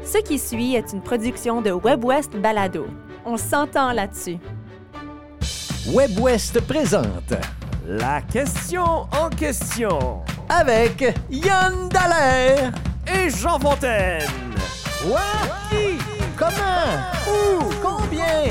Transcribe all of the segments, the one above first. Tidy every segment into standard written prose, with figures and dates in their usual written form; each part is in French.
Ce qui suit est une production de WebWest Balado. On s'entend là-dessus. WebWest présente La question en question avec Yann Dallaire et Jean Fontaine. Quoi? Qui? Comment? Où? Combien?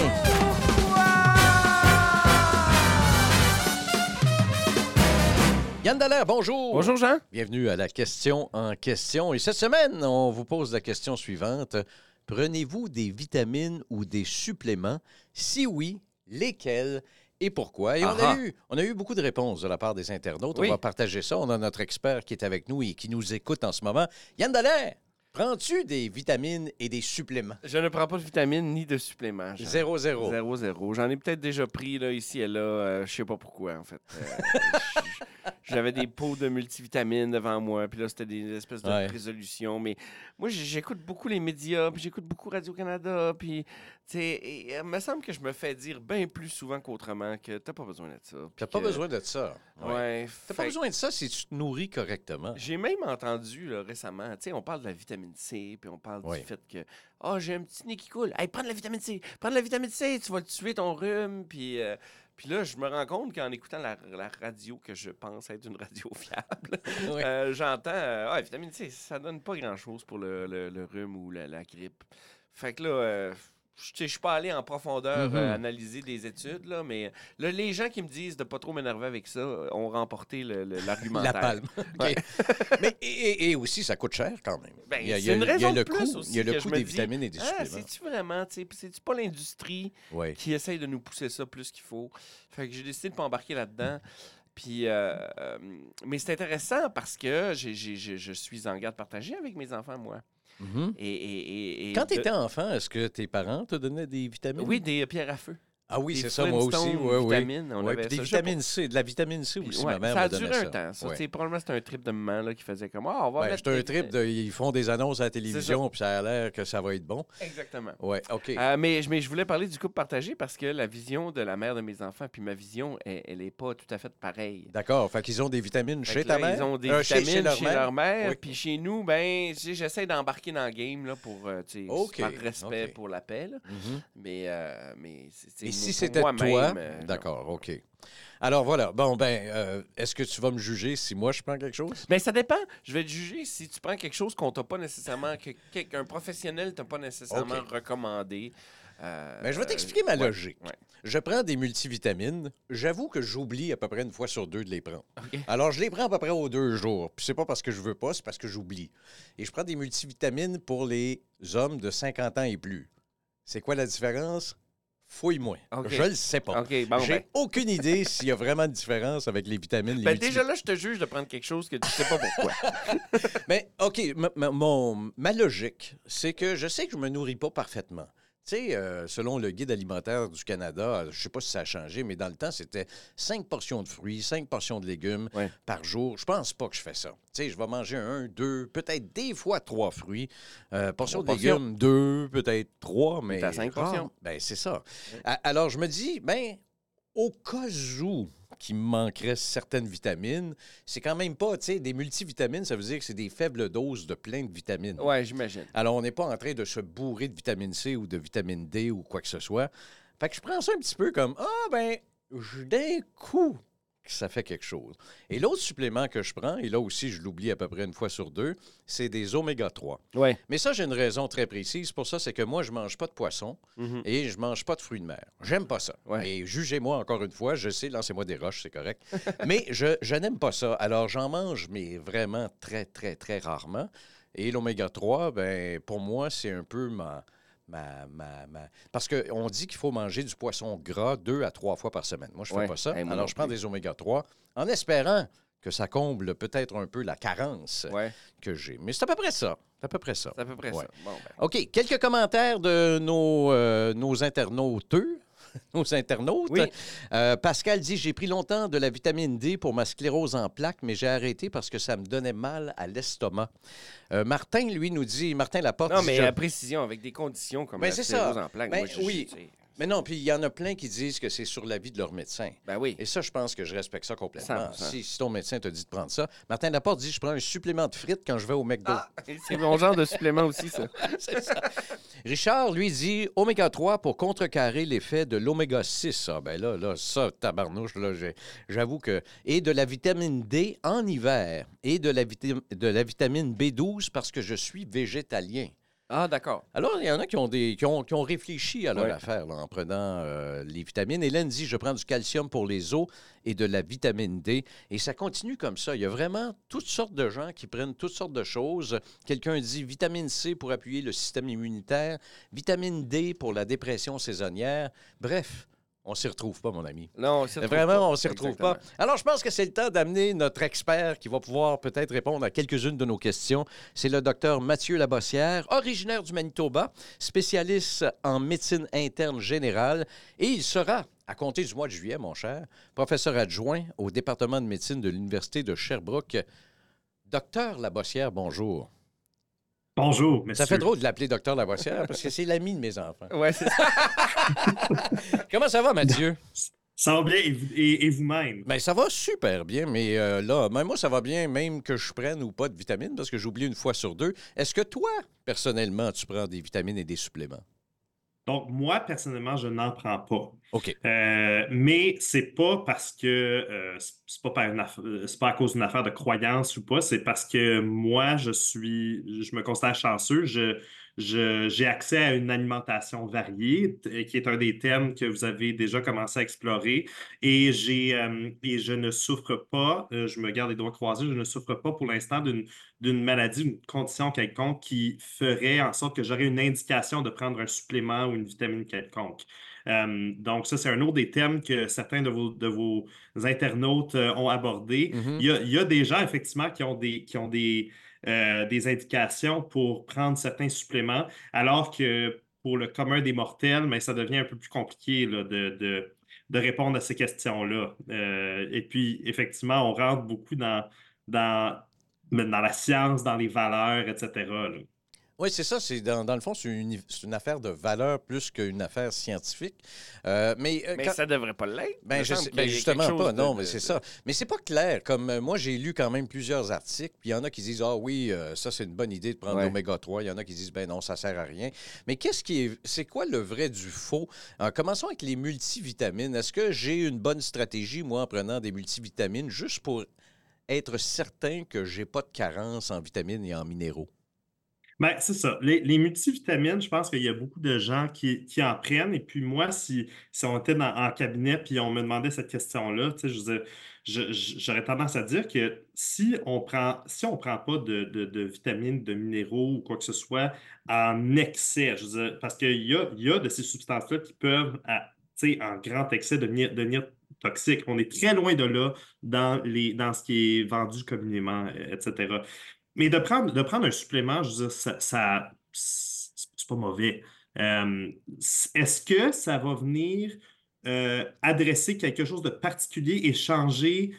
Yann Dallaire, bonjour. Bonjour Jean. Bienvenue à la question en question. Et cette semaine, on vous pose la question suivante. Prenez-vous des vitamines ou des suppléments? Si oui, lesquels et pourquoi? Et on a eu beaucoup de réponses de la part des internautes. Oui. On va partager ça. On a notre expert qui est avec nous et qui nous écoute en ce moment. Yann Dallaire, prends-tu des vitamines et des suppléments? Je ne prends pas de vitamines ni de suppléments. Jean. 0-0. 0-0. J'en ai peut-être déjà pris là, ici et là. Je sais pas pourquoi, en fait. J'avais des pots de multivitamines devant moi, puis là, c'était des espèces de résolutions. Mais moi, j'écoute beaucoup les médias, puis j'écoute beaucoup Radio-Canada, puis, tu sais, il me semble que je me fais dire bien plus souvent qu'autrement que t'as pas besoin de ça. T'as pas besoin de ça. Ouais. T'as pas besoin de ça si tu te nourris correctement. J'ai même entendu là, récemment, tu sais, on parle de la vitamine C, puis on parle du fait que, j'ai un petit nez qui coule. Hey, prends de la vitamine C. Prends de la vitamine C, tu vas tuer ton rhume, puis... Puis là, je me rends compte qu'en écoutant la radio, que je pense être une radio fiable, j'entends vitamine C, ça donne pas grand-chose pour le rhume ou la grippe. Fait que là, je suis pas allé en profondeur analyser des études, là, mais là, les gens qui me disent de pas trop m'énerver avec ça ont remporté l'argumentaire. La palme. Okay. Mais et aussi, ça coûte cher quand même. Ben, c'est une raison de plus aussi. Il y a le que coût je me des dis, vitamines et des suppléments. C'est-tu vraiment, c'est-tu pas l'industrie qui essaye de nous pousser ça plus qu'il faut? Fait que j'ai décidé de pas embarquer là-dedans. Puis, mais c'est intéressant parce que je suis en garde partagée avec mes enfants, moi. Mm-hmm. Et quand tu étais enfant, est-ce que tes parents te donnaient des vitamines? Oui, des pierres à feu. Ah oui, des c'est ça, moi aussi. Vitamines, on avait puis ça. De la vitamine C aussi, ma mère ça me a donnait duré un temps. Ça, probablement, c'était un trip de maman là, qui faisait comme on va mettre... C'est un trip, ils font des annonces à la télévision, puis ça a l'air que ça va être bon. Exactement. Oui, OK. Mais je voulais parler du couple partagé parce que la vision de la mère de mes enfants puis ma vision, elle n'est pas tout à fait pareille. D'accord. Fait qu'ils ont des vitamines chez ta mère? Ils ont des vitamines chez leur mère. Oui. Puis chez nous, ben, j'essaie d'embarquer dans le game là, pour par respect pour l'appel. Mais et si c'était toi? D'accord, OK. Alors voilà. Bon, est-ce que tu vas me juger si moi je prends quelque chose? Bien, ça dépend. Je vais te juger si tu prends quelque chose qu'on t'a pas nécessairement, qu'un professionnel t'a pas nécessairement recommandé. Je vais t'expliquer ma logique. Ouais. Je prends des multivitamines. J'avoue que j'oublie à peu près une fois sur deux de les prendre. Okay. Alors, je les prends à peu près aux 2 jours. Puis c'est pas parce que je veux pas, c'est parce que j'oublie. Et je prends des multivitamines pour les hommes de 50 ans et plus. C'est quoi la différence? Fouille-moi. Okay. Je le sais pas. Okay, j'ai aucune idée s'il y a vraiment de différence avec les vitamines. Déjà là, je te juge de prendre quelque chose que tu sais pas pourquoi. Mais OK, ma logique, c'est que je sais que je me nourris pas parfaitement. Tu sais, selon le Guide alimentaire du Canada, je ne sais pas si ça a changé, mais dans le temps, c'était 5 portions de fruits, 5 portions de légumes par jour. Je pense pas que je fais ça. Tu sais, je vais manger 1, 2, peut-être des fois 3 fruits. Portions de légumes, 2, peut-être 3, mais... T'as 5 portions. C'est ça. Alors, je me dis, au cas où qu'il me manquerait certaines vitamines, c'est quand même pas, tu sais, des multivitamines, ça veut dire que c'est des faibles doses de plein de vitamines. Oui, j'imagine. Alors, on n'est pas en train de se bourrer de vitamine C ou de vitamine D ou quoi que ce soit. Fait que je prends ça un petit peu comme, d'un coup, ça fait quelque chose. Et l'autre supplément que je prends, et là aussi, je l'oublie à peu près une fois sur 2, c'est des oméga 3. Ouais. Mais ça, j'ai une raison très précise pour ça, c'est que moi, je mange pas de poisson et je mange pas de fruits de mer. J'aime pas ça. Ouais. Et jugez-moi encore une fois, je sais, lancez-moi des roches, c'est correct. Mais je n'aime pas ça. Alors, j'en mange, mais vraiment très, très, très rarement. Et l'oméga 3, pour moi, c'est un peu Parce qu'on dit qu'il faut manger du poisson gras 2 à 3 fois par semaine. Moi, je ne fais pas ça. Alors, je prends des oméga 3 en espérant que ça comble peut-être un peu la carence que j'ai. Mais c'est à peu près ça. C'est à peu près ça. C'est à peu près ça. Bon, OK. Quelques commentaires de nos internautes. Nos internautes. Oui. Pascal dit « J'ai pris longtemps de la vitamine D pour ma sclérose en plaques, mais j'ai arrêté parce que ça me donnait mal à l'estomac. » Martin, lui, nous dit... Martin Laporte... Non, mais à précision, avec des conditions comme la sclérose en plaques. Oui. Mais non, puis il y en a plein qui disent que c'est sur l'avis de leur médecin. Ben oui. Et ça, je pense que je respecte ça complètement. 100%. Si ton médecin t'a dit de prendre ça. Martin Laporte dit, je prends un supplément de frites quand je vais au McDo. Ah, c'est mon genre de supplément aussi, ça. C'est ça. Richard, lui, dit oméga 3 pour contrecarrer l'effet de l'oméga 6. Ah, ben là, ça, tabarnouche, là, j'avoue que... Et de la vitamine D en hiver. Et de la vitamine B12 parce que je suis végétalien. Ah, d'accord. Alors, il y en a qui ont réfléchi à leur affaire là, en prenant les vitamines. Hélène dit, je prends du calcium pour les os et de la vitamine D. Et ça continue comme ça. Il y a vraiment toutes sortes de gens qui prennent toutes sortes de choses. Quelqu'un dit vitamine C pour appuyer le système immunitaire, vitamine D pour la dépression saisonnière. Bref. On s'y retrouve pas, mon ami. Non, on s'y retrouve Vraiment, pas. on s'y retrouve pas. Alors, je pense que c'est le temps d'amener notre expert qui va pouvoir peut-être répondre à quelques-unes de nos questions. C'est le docteur Mathieu Labossière, originaire du Manitoba, spécialiste en médecine interne générale. Et il sera, à compter du mois de juillet, mon cher, professeur adjoint au département de médecine de l'Université de Sherbrooke. Docteur Labossière, bonjour. Bonjour, monsieur. Ça fait drôle de l'appeler docteur Labossière parce que c'est l'ami de mes enfants. Ouais, c'est ça. Comment ça va, Mathieu? Ça va bien et vous-même? Bien, ça va super bien, mais là, même moi, ça va bien, même que je prenne ou pas de vitamines, parce que j'oublie une fois sur deux. Est-ce que toi, personnellement, tu prends des vitamines et des suppléments? Donc, moi, personnellement, je n'en prends pas. OK. Mais c'est pas parce que c'est pas à cause d'une affaire de croyance ou pas, c'est parce que moi, je me considère chanceux. J'ai accès à une alimentation variée, qui est un des thèmes que vous avez déjà commencé à explorer. Et je ne souffre pas, je me garde les doigts croisés, je ne souffre pas pour l'instant d'une maladie, d'une condition quelconque qui ferait en sorte que j'aurais une indication de prendre un supplément ou une vitamine quelconque. Donc, ça, c'est un autre des thèmes que certains de vos internautes ont abordé. Mhm. Il y a des gens, effectivement, qui ont des indications pour prendre certains suppléments, alors que pour le commun des mortels, mais ça devient un peu plus compliqué là, de répondre à ces questions-là. Et puis, effectivement, on rentre beaucoup dans la science, dans les valeurs, etc. là. Oui, c'est ça. C'est dans le fond, c'est une affaire de valeur plus qu'une affaire scientifique. Mais ça devrait pas l'être. Ben, justement pas, non, mais c'est ça. Mais c'est pas clair. Comme moi, j'ai lu quand même plusieurs articles, puis il y en a qui disent, ah oui, ça, c'est une bonne idée de prendre l'oméga 3. Il y en a qui disent, ben non, ça sert à rien. Mais c'est quoi le vrai du faux? Commençons avec les multivitamines. Est-ce que j'ai une bonne stratégie, moi, en prenant des multivitamines, juste pour être certain que j'ai pas de carence en vitamines et en minéraux? Ben, c'est ça. Les multivitamines, je pense qu'il y a beaucoup de gens qui en prennent. Et puis moi, si on était en cabinet puis on me demandait cette question-là, tu sais, j'aurais tendance à dire que si on prend pas de vitamines, de minéraux ou quoi que ce soit en excès, je veux dire, parce qu'il y a de ces substances-là qui peuvent, tu sais, en grand excès, devenir toxiques. On est très loin de là dans ce qui est vendu communément, etc. Mais de prendre un supplément, je veux dire, c'est pas mauvais. Est-ce que ça va venir adresser quelque chose de particulier et changer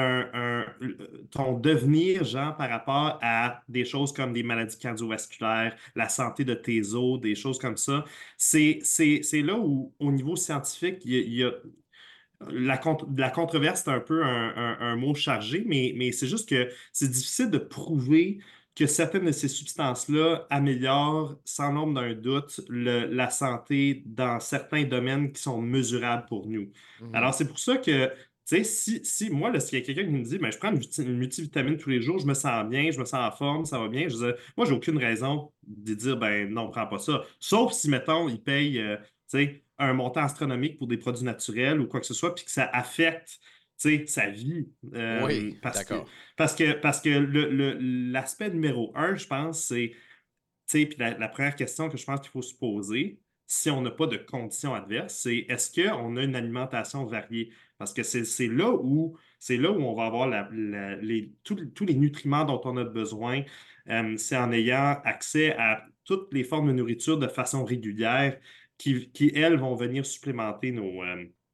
ton devenir, genre, par rapport à des choses comme des maladies cardiovasculaires, la santé de tes os, des choses comme ça? C'est là où, au niveau scientifique, il y a la controverse, c'est un peu un mot chargé, mais c'est juste que c'est difficile de prouver que certaines de ces substances-là améliorent, sans l'ombre d'un doute, la santé dans certains domaines qui sont mesurables pour nous. Mhm. Alors, c'est pour ça que, tu sais, si moi, là, s'il y a quelqu'un qui me dit, ben, je prends une multivitamine tous les jours, je me sens bien, je me sens en forme, ça va bien, je veux dire, moi, j'ai aucune raison de dire, ben, non, prends pas ça. Sauf si, mettons, il paye, tu sais, un montant astronomique pour des produits naturels ou quoi que ce soit, puis que ça affecte, tu sais, sa vie. Oui, d'accord. Parce que l'aspect numéro un, je pense, c'est, tu sais, puis la première question que je pense qu'il faut se poser, si on n'a pas de conditions adverses, c'est est-ce qu'on a une alimentation variée? Parce que c'est là où on va avoir tous les nutriments dont on a besoin. C'est en ayant accès à toutes les formes de nourriture de façon régulière qui elles, vont venir supplémenter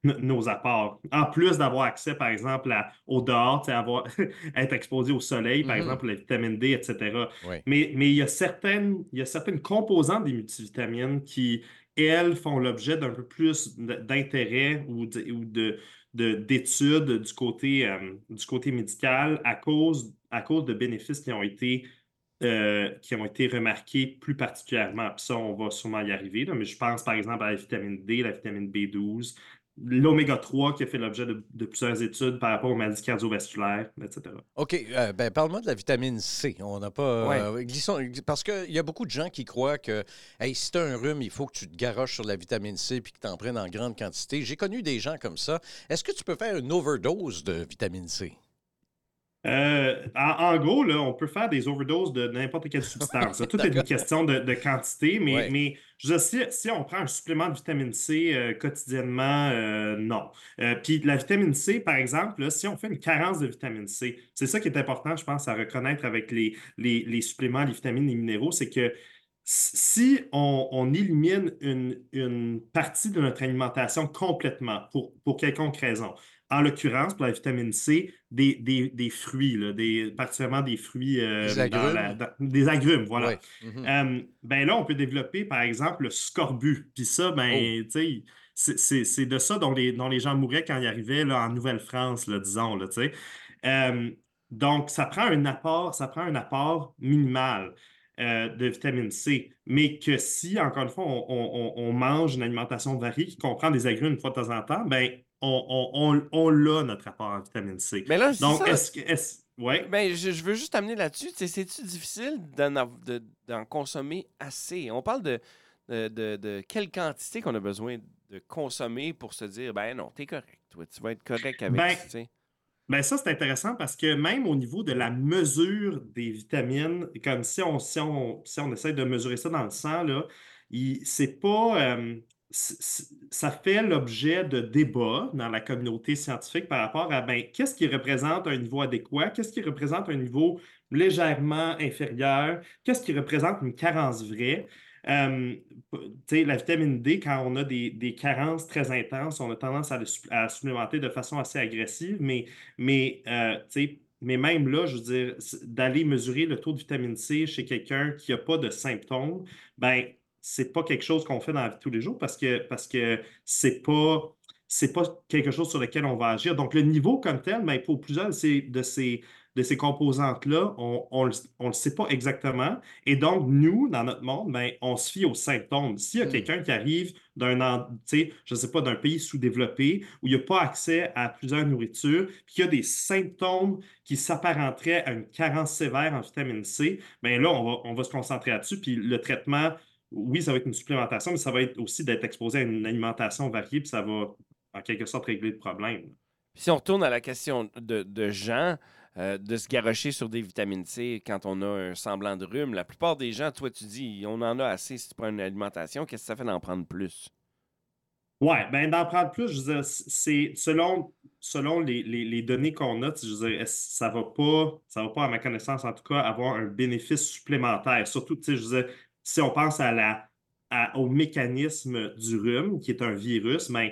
nos apports. En plus d'avoir accès, par exemple, au dehors, être exposé au soleil, par exemple, pour la vitamine D, etc. Oui. Mais il y a certaines composantes des multivitamines qui, elles, font l'objet d'un peu plus d'intérêt ou d'études du côté médical à cause de bénéfices qui ont été remarqués plus particulièrement. Puis ça, on va sûrement y arriver, là, mais je pense par exemple à la vitamine D, la vitamine B12, l'oméga 3 qui a fait l'objet de plusieurs études par rapport aux maladies cardiovasculaires, etc. OK. Parle-moi de la vitamine C. On n'a pas. Glissons, parce qu'il y a beaucoup de gens qui croient que hey, si tu as un rhume, il faut que tu te garoches sur la vitamine C puis que tu en prennes en grande quantité. J'ai connu des gens comme ça. Est-ce que tu peux faire une overdose de vitamine C? En gros, là, on peut faire des overdoses de n'importe quelle substance. Tout est une question de quantité, mais je veux dire, si on prend un supplément de vitamine C quotidiennement, non. Puis la vitamine C, par exemple, là, si on fait une carence de vitamine C, c'est ça qui est important, je pense, à reconnaître avec les suppléments, les vitamines, les minéraux, c'est que si on élimine une partie de notre alimentation complètement pour quelconque raison, en l'occurrence, pour la vitamine C, des fruits, là, particulièrement des fruits Des agrumes. des agrumes, voilà. Ouais. Ben là, on peut développer, par exemple, le scorbut. Puis ça, ben, tu sais, c'est de ça dont les gens mouraient quand ils arrivaient là, en Nouvelle-France, là, disons, là, tu sais. Donc, ça prend un apport minimal de vitamine C. Mais que si, encore une fois, on mange une alimentation variée qui comprend des agrumes une fois de temps en temps, ben, on l'a, notre apport en vitamine C. Mais là, c'est donc, ça. Ouais. Ben, je veux juste amener là-dessus. C'est-tu difficile d'en consommer assez? On parle de quelle quantité qu'on a besoin de consommer pour se dire, ben non, t'es correct. Toi, tu vas être correct avec ça. Ben ça, c'est intéressant parce que même au niveau de la mesure des vitamines, comme si on essaie de mesurer ça dans le sang, là, c'est pas. Ça fait l'objet de débats dans la communauté scientifique par rapport à ben, qu'est-ce qui représente un niveau adéquat, qu'est-ce qui représente un niveau légèrement inférieur, qu'est-ce qui représente une carence vraie. La vitamine D, quand on a des carences très intenses, on a tendance à la supplémenter de façon assez agressive, mais même là, je veux dire, d'aller mesurer le taux de vitamine C chez quelqu'un qui n'a pas de symptômes, ben, c'est pas quelque chose qu'on fait dans la vie de tous les jours parce que c'est pas quelque chose sur lequel on va agir. Donc, le niveau comme tel, ben, pour plusieurs de ces composantes-là, on le sait pas exactement. Et donc, nous, dans notre monde, ben, on se fie aux symptômes. S'il y a quelqu'un qui arrive je sais pas, d'un pays sous-développé où il n'y a pas accès à plusieurs nourritures, puis qu'il y a des symptômes qui s'apparenteraient à une carence sévère en vitamine C, ben là, on va se concentrer là-dessus. Puis le traitement, oui, ça va être une supplémentation, mais ça va être aussi d'être exposé à une alimentation variée, puis ça va en quelque sorte régler le problème. Puis si on retourne à la question de Jean, de se garrocher sur des vitamines C quand on a un semblant de rhume, la plupart des gens, toi, tu dis, on en a assez si tu prends une alimentation. Qu'est-ce que ça fait d'en prendre plus? Ouais, ben d'en prendre plus, je veux dire, c'est selon les données qu'on a, je veux dire, ça va pas, à ma connaissance en tout cas, avoir un bénéfice supplémentaire. Surtout, je veux dire, si on pense au mécanisme du rhume, qui est un virus, ben,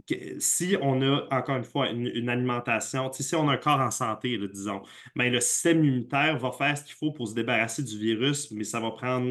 si on a, encore une fois, une alimentation, si on a un corps en santé, là, disons, ben, le système immunitaire va faire ce qu'il faut pour se débarrasser du virus, mais ça va prendre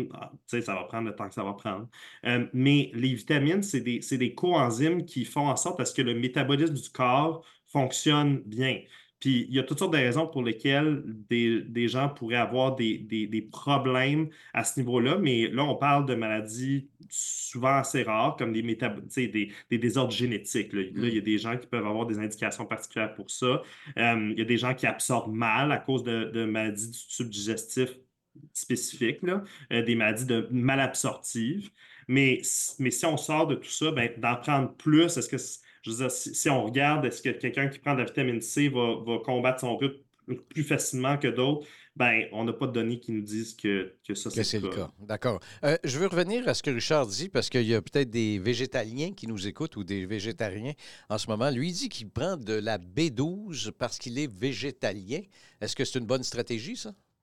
le temps que ça va prendre. Mais les vitamines, c'est des coenzymes qui font en sorte à ce que le métabolisme du corps fonctionne bien. Puis il y a toutes sortes de raisons pour lesquelles des gens pourraient avoir des problèmes à ce niveau-là, mais là, on parle de maladies souvent assez rares, comme des désordres génétiques. Là, il y a des gens qui peuvent avoir des indications particulières pour ça. Il y a des gens qui absorbent mal à cause de maladies du tube digestif spécifiques, là, des maladies malabsorptives. Mais si on sort de tout ça, ben, d'en prendre plus, est-ce que je veux dire, si on regarde, est-ce que quelqu'un qui prend de la vitamine C va combattre son rhume plus facilement que d'autres? Ben, on n'a pas de données qui nous disent que ça, c'est le cas. D'accord. Je veux revenir à ce que Richard dit, parce qu'il y a peut-être des végétaliens qui nous écoutent ou des végétariens en ce moment. Lui, il dit qu'il prend de la B12 parce qu'il est végétalien. Est-ce que c'est une bonne stratégie, ça?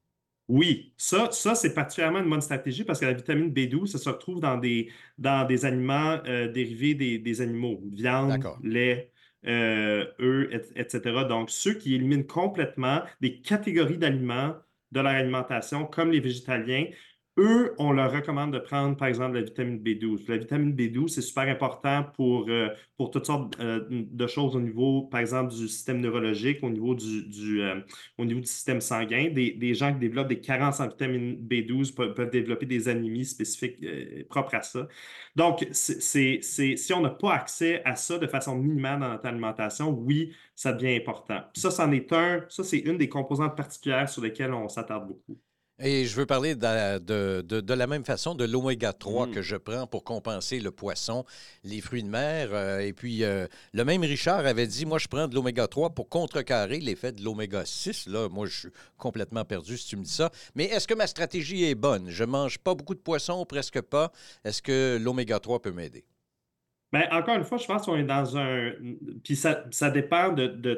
Oui, ça c'est particulièrement une bonne stratégie parce que la vitamine B12, ça se retrouve dans des aliments dérivés des animaux, viande, D'accord. lait, œufs, etc. Donc, ceux qui éliminent complètement des catégories d'aliments de leur alimentation, comme les végétaliens, eux, on leur recommande de prendre, par exemple, la vitamine B12. La vitamine B12, c'est super important pour toutes sortes de choses au niveau, par exemple, du système neurologique, au niveau du système sanguin. Des gens qui développent des carences en vitamine B12 peuvent développer des anémies spécifiques propres à ça. Donc, si on n'a pas accès à ça de façon minimale dans notre alimentation, oui, ça devient important. Ça, c'est une des composantes particulières sur lesquelles on s'attarde beaucoup. Et je veux parler de la même façon de l'oméga 3 que Mhm. je prends pour compenser le poisson, les fruits de mer. Et puis, le même Richard avait dit, moi, je prends de l'oméga 3 pour contrecarrer l'effet de l'oméga 6. Là, moi, je suis complètement perdu si tu me dis ça. Mais est-ce que ma stratégie est bonne? Je mange pas beaucoup de poisson, presque pas. Est-ce que l'oméga 3 peut m'aider? Ben, encore une fois, je pense qu'on est dans un. Puis ça dépend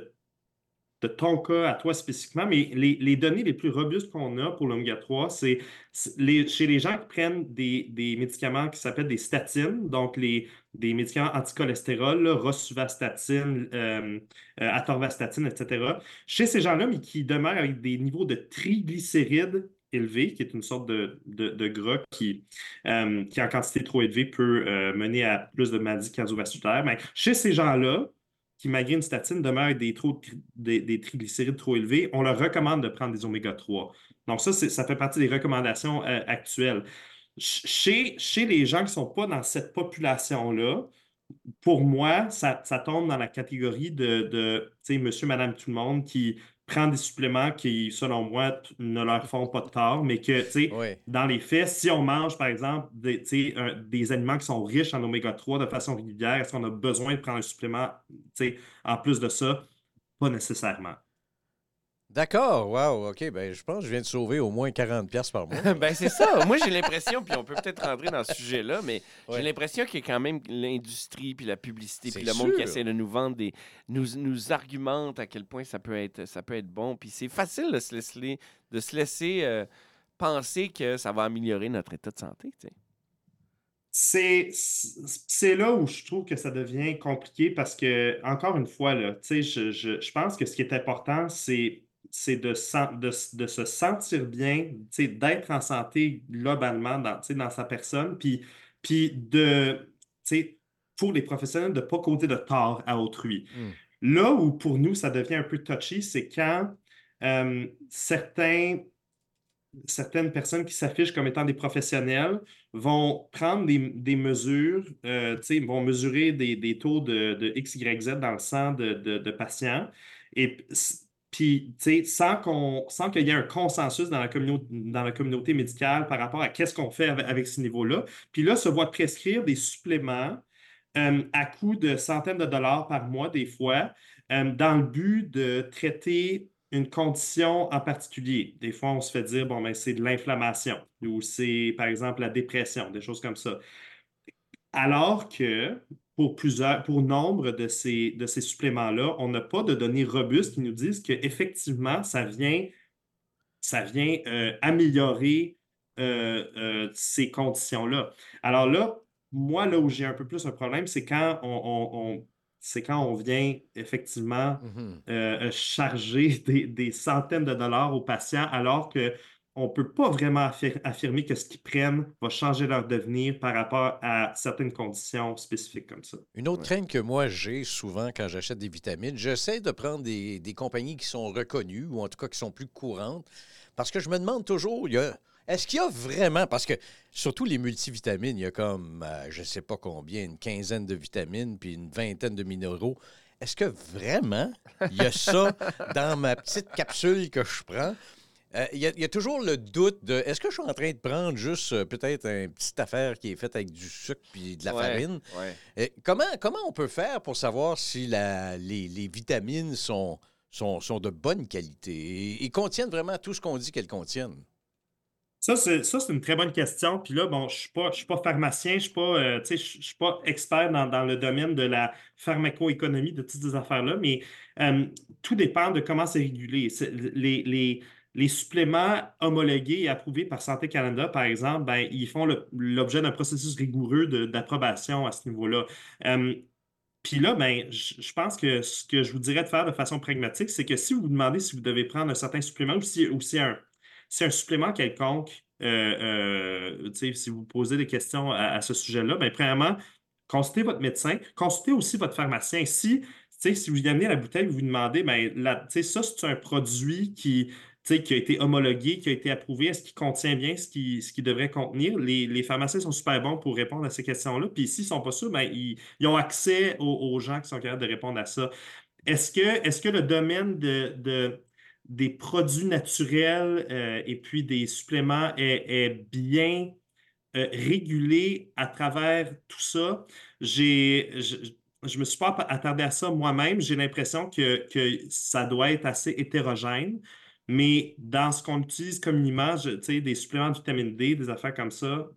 de ton cas à toi spécifiquement, mais les données les plus robustes qu'on a pour l'oméga 3, chez les gens qui prennent des médicaments qui s'appellent des statines, donc des médicaments anticholestérol, là, rosuvastatine, atorvastatine, etc. Chez ces gens-là, mais qui demeurent avec des niveaux de triglycérides élevés, qui est une sorte de gras qui en quantité trop élevée, peut mener à plus de maladies cardiovasculaires. Mais chez ces gens-là, qui, malgré une statine, demeurent avec des triglycérides trop élevés, on leur recommande de prendre des oméga 3. Donc ça fait partie des recommandations actuelles. Chez les gens qui ne sont pas dans cette population-là, pour moi, ça tombe dans la catégorie de tu sais, monsieur, madame, tout le monde qui prend des suppléments qui, selon moi, ne leur font pas de tort, mais que, tu sais, Oui. dans les faits, si on mange, par exemple, tu sais, des aliments qui sont riches en oméga 3 de façon régulière, est-ce qu'on a besoin de prendre un supplément, tu sais, en plus de ça? Pas nécessairement. D'accord, wow, OK. Ben, je pense que je viens de sauver au moins 40$ par mois. Ben c'est ça. Moi, j'ai l'impression, puis on peut peut-être rentrer dans ce sujet-là, mais j'ai Oui, l'impression qu'il y a quand même l'industrie, puis la publicité, puis c'est le monde qui sûr. essaie de nous vendre nous argumente à quel point ça peut être bon. Puis c'est facile de se laisser penser que ça va améliorer notre état de santé, tu sais. C'est là où je trouve que ça devient compliqué parce que, encore une fois, là, tu sais, je pense que ce qui est important, c'est de se sentir bien, tu sais, d'être en santé globalement tu sais, dans sa personne, puis tu sais, pour les professionnels, de ne pas causer de tort à autrui. Hmm. Là où pour nous, ça devient un peu touchy, c'est quand certaines personnes qui s'affichent comme étant des professionnels vont prendre des mesures, tu sais, vont mesurer des taux de X, Y, Z dans le sang de patients. Et puis, tu sais, sans qu'il y ait un consensus dans la communauté médicale par rapport à qu'est-ce qu'on fait avec ce niveau-là. Puis là, se voit prescrire des suppléments à coût de centaines de dollars par mois, des fois, dans le but de traiter une condition en particulier. Des fois, on se fait dire, bon, ben, c'est de l'inflammation ou c'est, par exemple, la dépression, des choses comme ça. Alors que pour nombre de ces suppléments-là, on n'a pas de données robustes qui nous disent qu'effectivement, ça vient améliorer ces conditions-là. Alors là, moi, là où j'ai un peu plus un problème, c'est quand on vient effectivement Mhm. charger des centaines de dollars aux patients alors qu'on ne peut pas vraiment affirmer que ce qu'ils prennent va changer leur devenir par rapport à certaines conditions spécifiques comme ça. Une autre Ouais. crainte que moi j'ai souvent quand j'achète des vitamines, j'essaie de prendre des compagnies qui sont reconnues ou en tout cas qui sont plus courantes parce que je me demande toujours, est-ce qu'il y a vraiment, parce que surtout les multivitamines, il y a comme, je ne sais pas combien, une quinzaine de vitamines puis une vingtaine de minéraux. Est-ce que vraiment il y a ça dans ma petite capsule que je prends? Il y a toujours le doute de est-ce que je suis en train de prendre juste peut-être une petite affaire qui est faite avec du sucre puis de la Ouais, farine? ouais. Comment on peut faire pour savoir si les vitamines sont de bonne qualité et contiennent vraiment tout ce qu'on dit qu'elles contiennent? Ça, c'est une très bonne question. Puis là, bon, je suis pas pharmacien, je suis pas, tu sais, je suis pas expert dans le domaine de la pharmacoéconomie de toutes ces affaires-là, mais tout dépend de comment c'est régulé. les suppléments homologués et approuvés par Santé Canada, par exemple, ben, ils font l'objet d'un processus rigoureux d'approbation à ce niveau-là. Puis là, ben, je pense que ce que je vous dirais de faire de façon pragmatique, c'est que si vous vous demandez si vous devez prendre un certain supplément ou si c'est un supplément quelconque, tu sais, si vous posez des questions à ce sujet-là, bien, premièrement, consultez votre médecin, consultez aussi votre pharmacien. Si, tu sais, si vous y amenez la bouteille, vous vous demandez, bien, tu sais, ça, c'est un produit qui a été homologué, qui a été approuvé, est-ce qu'il contient bien ce qu'il devrait contenir? Les pharmaciens sont super bons pour répondre à ces questions-là. Puis s'ils ne sont pas sûrs, ben, ils ont accès aux gens qui sont capables de répondre à ça. Est-ce que le domaine des produits naturels et puis des suppléments est bien régulé à travers tout ça? Je me suis pas attardé à ça moi-même. J'ai l'impression que ça doit être assez hétérogène. Mais dans ce qu'on utilise communément, tu sais, des suppléments de vitamine D, des affaires comme ça,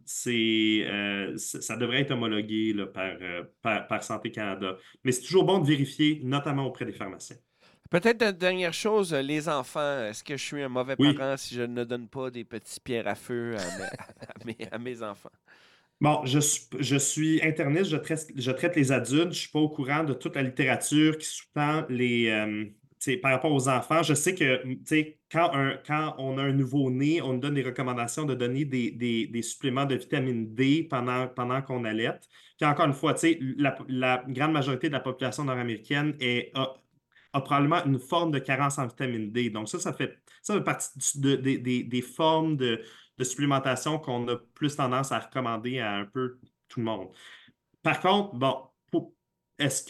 ça devrait être homologué là, par Santé Canada. Mais c'est toujours bon de vérifier, notamment auprès des pharmaciens. Peut-être une dernière chose, les enfants. Est-ce que je suis un mauvais Oui. parent si je ne donne pas des petits pierres à feu à mes enfants? Bon, je suis interniste, je traite les adultes, je ne suis pas au courant de toute la littérature qui sous-tend par rapport aux enfants. Je sais que quand on a un nouveau-né, on nous donne des recommandations de donner des suppléments de vitamine D pendant qu'on allaite. Puis encore une fois, la grande majorité de la population nord-américaine a probablement une forme de carence en vitamine D. Donc ça fait partie des formes de supplémentation qu'on a plus tendance à recommander à un peu tout le monde. Par contre, bon, est-ce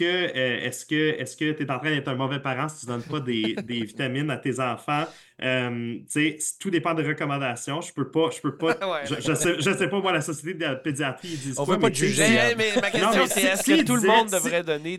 que tu es en train d'être un mauvais parent si tu ne donnes pas des vitamines à tes enfants? Tout dépend des recommandations. Je peux pas. Ouais, je sais pas, moi, la Société de la pédiatrie, ils disent On quoi, veut pas mais te juger. Mais ma question, Non, mais c'est est-ce si que tout le disait- monde si- devrait donner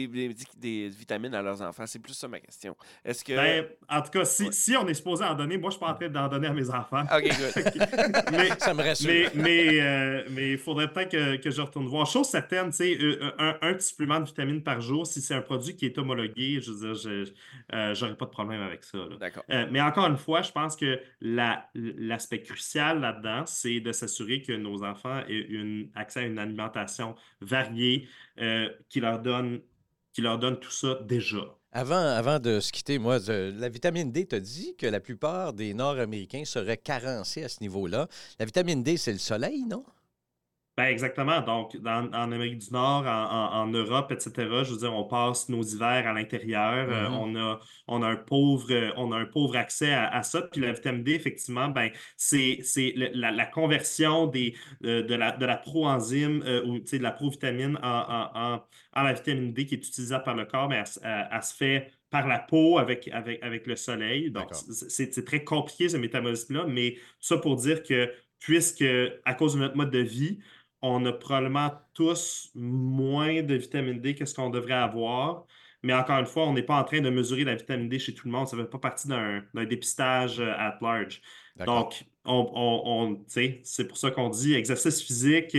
des vitamines à leurs enfants? C'est plus ça ma question. Est-ce que. Ben, en tout cas, si on est supposé en donner, moi, je suis pas en train d'en donner à mes enfants. OK, good. Mais, Ça me rassure. mais il faudrait peut-être que je retourne voir. Chose certaine, tu sais, un petit supplément de vitamines par jour, si c'est un produit qui est homologué, je veux dire, j'aurais pas de problème avec ça, là. D'accord. Mais encore une fois, je pense que l'aspect crucial là-dedans, c'est de s'assurer que nos enfants aient accès à une alimentation variée qui leur donne tout ça déjà. Avant de se quitter, moi, la vitamine D, tu as dit que la plupart des Nord-Américains seraient carencés à ce niveau-là. La vitamine D, c'est le soleil, non? Ben exactement. Donc, en Amérique du Nord, en Europe, etc., je veux dire, on passe nos hivers à l'intérieur. On a un pauvre accès à ça. Puis la vitamine D, effectivement, ben, c'est la conversion de la proenzyme ou de la provitamine en la vitamine D qui est utilisable par le corps, mais elle se fait par la peau avec le soleil. Donc, D'accord. c'est très compliqué ce métabolisme-là, mais ça pour dire que puisque, à cause de notre mode de vie, on a probablement tous moins de vitamine D que ce qu'on devrait avoir. Mais encore une fois, on n'est pas en train de mesurer la vitamine D chez tout le monde. Ça ne fait pas partie d'un dépistage at large. D'accord. Donc, c'est pour ça qu'on dit exercice physique,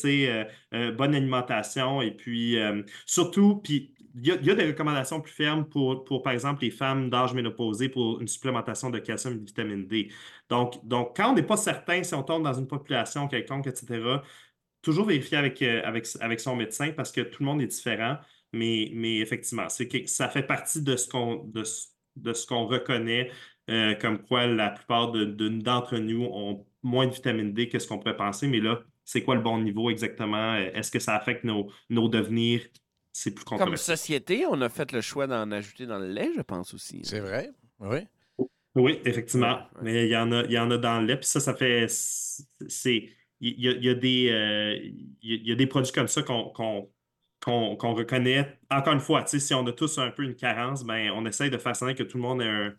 bonne alimentation. Et puis, surtout, puis il y a des recommandations plus fermes pour, par exemple, les femmes d'âge ménopausé pour une supplémentation de calcium et de vitamine D. Donc quand on n'est pas certain si on tombe dans une population quelconque, etc., toujours vérifier avec son médecin parce que tout le monde est différent. Mais effectivement, ça fait partie de ce qu'on reconnaît comme quoi la plupart d'entre nous ont moins de vitamine D que ce qu'on pourrait penser. Mais là, c'est quoi le bon niveau exactement? Est-ce que ça affecte nos devenirs? C'est plus Comme controversé. société, on a fait le choix d'en ajouter dans le lait, je pense aussi. C'est vrai? Oui. Oui, effectivement. Ouais. Mais il y en a dans le lait. Puis ça fait. Il y a des produits comme ça qu'on reconnaît. Encore une fois, si on a tous un peu une carence, ben, on essaye de faire ça que tout le monde ait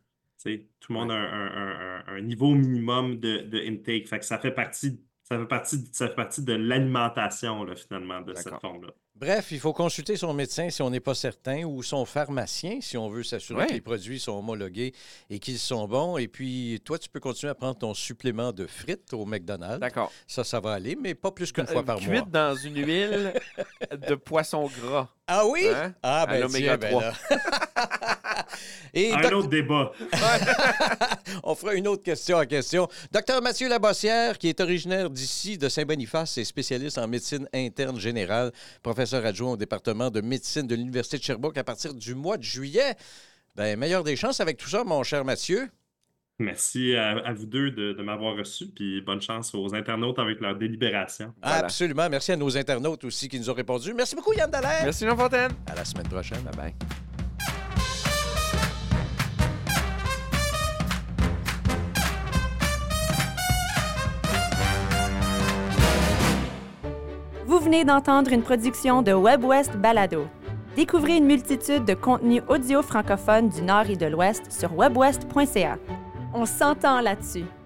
un niveau minimum de intake. Fait que ça fait partie de l'alimentation, là, finalement, de cette forme-là. Bref, il faut consulter son médecin si on n'est pas certain ou son pharmacien si on veut s'assurer que les produits sont homologués et qu'ils sont bons. Et puis, toi, tu peux continuer à prendre ton supplément de frites au McDonald's. D'accord. Ça va aller, mais pas plus qu'une fois par mois. Cuite dans une huile de poisson gras. Ah oui? Hein? Ah, À ben l'oméga tiens, 3. ben là. Et Un autre débat. On fera une autre question en question. Docteur Mathieu Labossière, qui est originaire d'ici, de Saint-Boniface, et spécialiste en médecine interne générale, professeur adjoint au département de médecine de l'Université de Sherbrooke à partir du mois de juillet. Bien, meilleure des chances avec tout ça, mon cher Mathieu. Merci à vous deux de m'avoir reçu, puis bonne chance aux internautes avec leur délibération. Voilà. Absolument. Merci à nos internautes aussi qui nous ont répondu. Merci beaucoup, Yann Dallaire. Merci, Jean Fontaine. À la semaine prochaine. Bye-bye. Vous venez d'entendre une production de WebWest Balado. Découvrez une multitude de contenus audio francophones du Nord et de l'Ouest sur webwest.ca. On s'entend là-dessus.